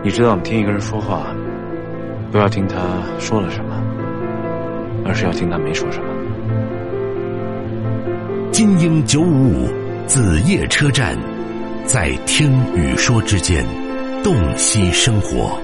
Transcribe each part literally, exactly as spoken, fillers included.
你知道我们听一个人说话，不要听他说了什么，而是要听他没说什么。 精英九五五子夜车站，在听与说之间洞悉生活。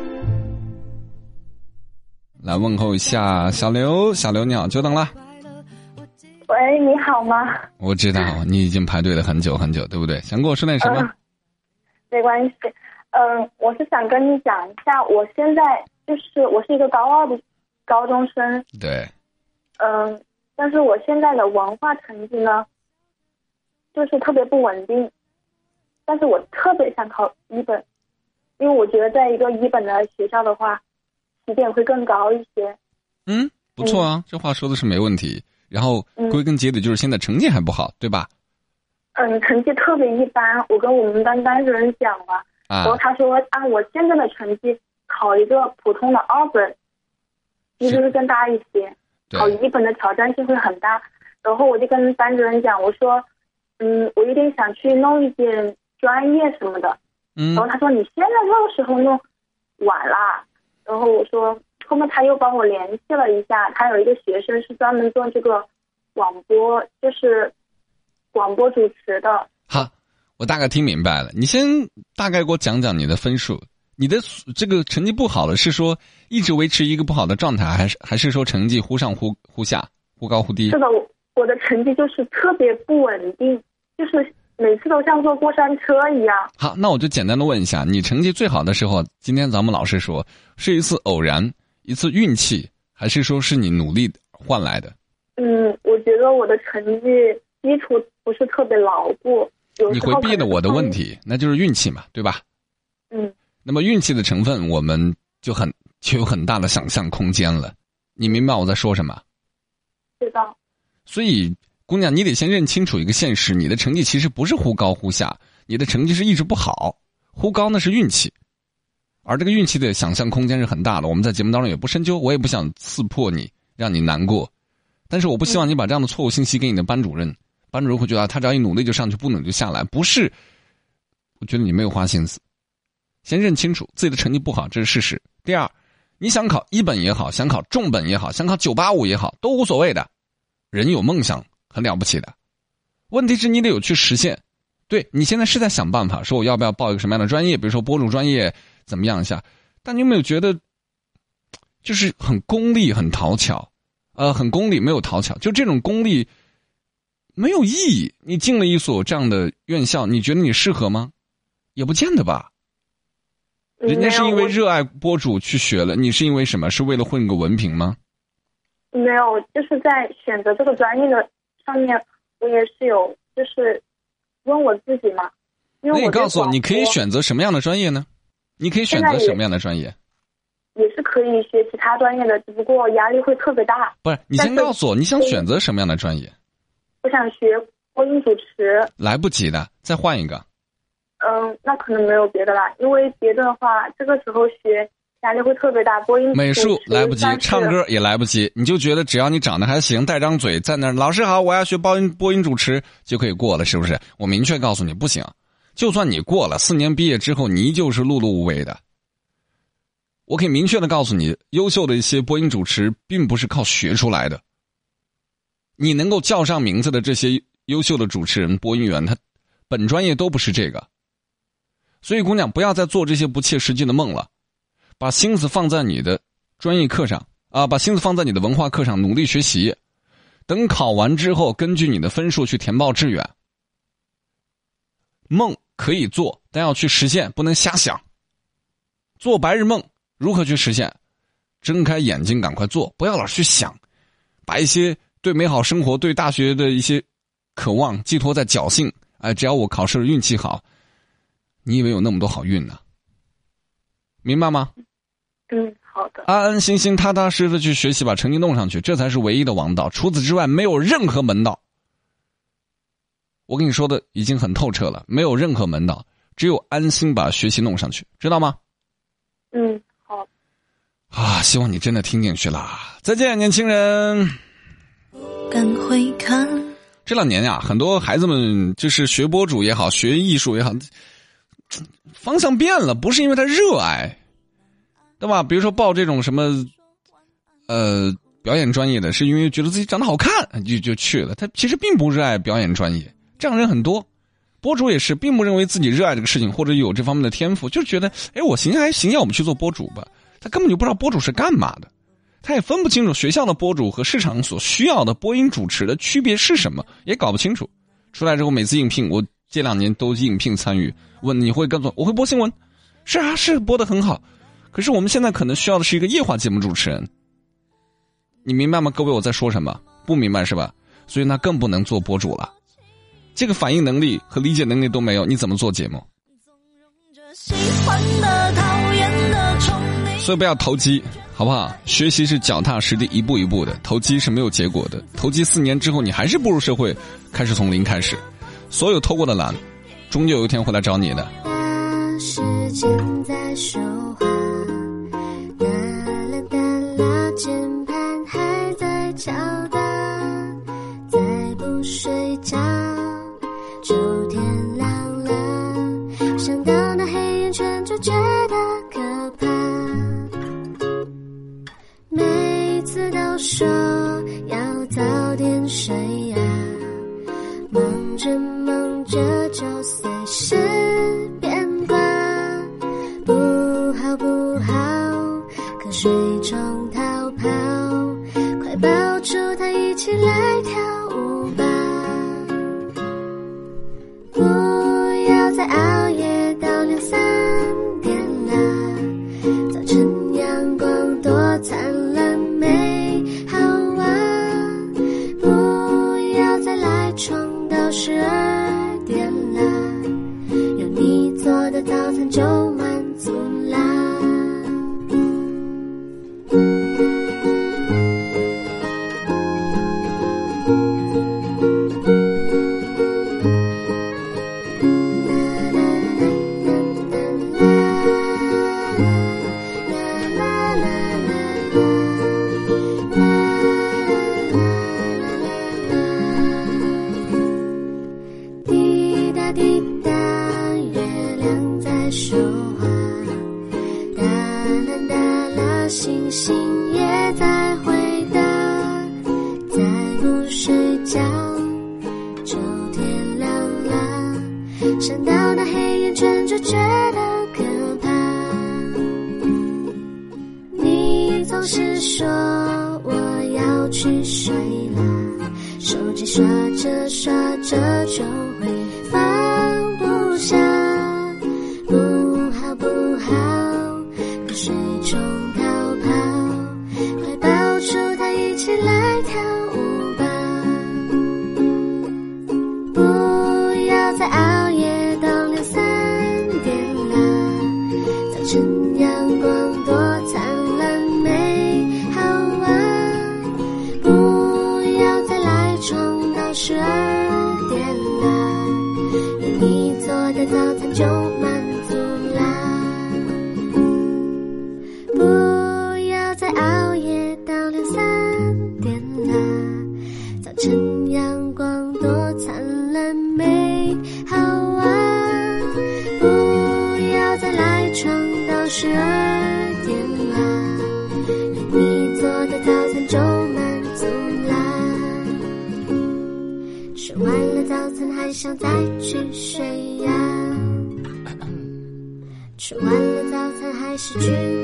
来问候一下小刘，小刘你好，久等了。 喂，你好吗？ 我知道你已经排队了很久很久，对不对？想跟我说点什么？ 嗯、没关系。嗯，我是想跟你讲一下，我现在就是我是一个高二的高中生。 对。 嗯，但是我现在的文化成绩呢，就是特别不稳定。但是我特别想考一本，因为我觉得在一个一本的学校的话，起点会更高一些。 嗯，不错啊，嗯、这话说的是没问题。然后归根结底就是现在成绩还不好，对吧？ 嗯，成绩特别一般。我跟我们班班主任讲了，啊、然后他说按我现在的成绩考一个普通的二本，其实是更大一些，考一本的挑战性会很大。然后我就跟班主任讲，我说，嗯，我有点想去弄一点专业什么的。嗯，然后他说你现在这个时候弄晚啦。然后我说。后面他又帮我联系了一下，他有一个学生是专门做这个广播，就是广播主持的。 好，我大概听明白了。你先大概给我讲讲你的分数。你的这个成绩不好的是说一直维持一个不好的状态，还是还是说成绩忽上忽忽下，忽高忽低？ 是的，我我的成绩就是特别不稳定，就是每次都像坐过山车一样。 好，那我就简单的问一下，你成绩最好的时候，今天咱们老师说是一次偶然。一次运气，还是说是你努力换来的？ 嗯，我觉得我的成绩基础不是特别牢固。 你回避了我的问题，那就是运气嘛，对吧？ 嗯。 那么运气的成分，我们就很就有很大的想象空间了。你明白我在说什么？ 知道。 所以，姑娘，你得先认清楚一个现实：你的成绩其实不是忽高忽下，你的成绩是一直不好，忽高那是运气。而这个运气的想象空间是很大的，我们在节目当中也不深究，我也不想刺破你，让你难过。但是我不希望你把这样的错误信息给你的班主任，班主任会觉得他只要一努力就上去，不努力就下来。不是，我觉得你没有花心思。先认清楚自己的成绩不好，这是事实。第二，你想考一本也好，想考重本也好，想考九八五也好，都无所谓的。人有梦想很了不起的，问题是你得有去实现。对，你现在是在想办法，说我要不要报一个什么样的专业，比如说播主专业怎么样一下，但你有没有觉得就是很功利很讨巧，呃，很功利没有讨巧，就这种功利没有意义。你进了一所这样的院校，你觉得你适合吗？也不见得吧。人家是因为热爱播主去学了，你是因为什么？是为了混个文凭吗？ 没有，就是在选择这个专业的上面，我也是有就是问我自己嘛。因为我那你告诉我，你可以选择什么样的专业呢？你可以选择什么样的专业？ 也是可以学其他专业的，只不过压力会特别大。 不是，你先告诉我，你想选择什么样的专业？ 我想学播音主持。 来不及的，再换一个。 嗯，那可能没有别的啦，因为别的的话，这个时候学压力会特别大。播音主持美术来不及，唱歌也来不及，你就觉得只要你长得还行，带张嘴在那儿，老师好，我要学播音播音主持就可以过了，是不是？我明确告诉你，不行。就算你过了四年毕业之后，你依旧是碌碌无为的。我可以明确的告诉你，优秀的一些播音主持并不是靠学出来的。你能够叫上名字的这些优秀的主持人、播音员，他本专业都不是这个。所以姑娘，不要再做这些不切实际的梦了，把心思放在你的专业课上啊，把心思放在你的文化课上，努力学习。等考完之后，根据你的分数去填报志愿。梦可以做，但要去实现，不能瞎想。做白日梦如何去实现？睁开眼睛赶快做，不要老是去想，把一些对美好生活、对大学的一些渴望寄托在侥幸。哎，只要我考试运气好，你以为有那么多好运呢？明白吗？ 嗯，好的。 安安心心、踏踏实实的去学习，把成绩弄上去，这才是唯一的王道。除此之外，没有任何门道。我跟你说的已经很透彻了，没有任何门道，只有安心把学习弄上去，知道吗？ 嗯，好。 啊，希望你真的听进去了。再见，年轻人。敢回看。这两年呀、啊，很多孩子们就是学播主也好，学艺术也好， 方向变了，不是因为他热爱，对吧？比如说报这种什么呃表演专业的，是因为觉得自己长得好看就就去了，他其实并不热爱表演专业，这样人很多。博主也是并不认为自己热爱这个事情或者有这方面的天赋，就觉得哎我形象还行，要我们去做播主吧。他根本就不知道播主是干嘛的，他也分不清楚学校的播主和市场所需要的播音主持的区别是什么，也搞不清楚。出来之后每次应聘，我这两年都应聘参与，问你会跟做，我会播新闻，是啊，是播得很好。可是我们现在可能需要的是一个夜话节目主持人，你明白吗？各位我在说什么？不明白是吧？所以那更不能做播主了，这个反应能力和理解能力都没有，你怎么做节目？所以不要投机，好不好？学习是脚踏实地一步一步的，投机是没有结果的。投机四年之后你还是步入社会，开始从零开始，所有偷过的懒终究有一天会来找你的。 时间在说话，哒啦哒啦，键盘还在敲打，再不睡觉就天亮了，想到那黑眼圈就觉得可怕，每次都说要早点睡啊，梦着梦着就随时变卦，不好不好，瞌睡中逃跑，快抱住他一起来跳舞吧，不要再熬夜到两三点了，早晨阳光多灿烂美好啊，不要再赖床到十二点了，有你做的早餐就满足啦。滴答滴答，月亮在说话，哒啦哒啦，星星也在回答，再不睡觉就天亮了，想到那黑眼圈就觉得可怕，你总是说我要去睡了，手机刷着刷着就会放不下，不好不好，瞌睡中逃跑，快抱住他一起来跳舞吧，不要再熬夜到两三点了，早晨阳光多灿烂美好啊，不要再赖床到十二点了，有你做的早餐就满足啦，不要再熬夜到两三点了，早晨阳光多灿烂美好啊，不要再赖床到十二点了，有你做的早餐就满足啦，吃完了早餐还想再去睡呀，吃完了早餐还是去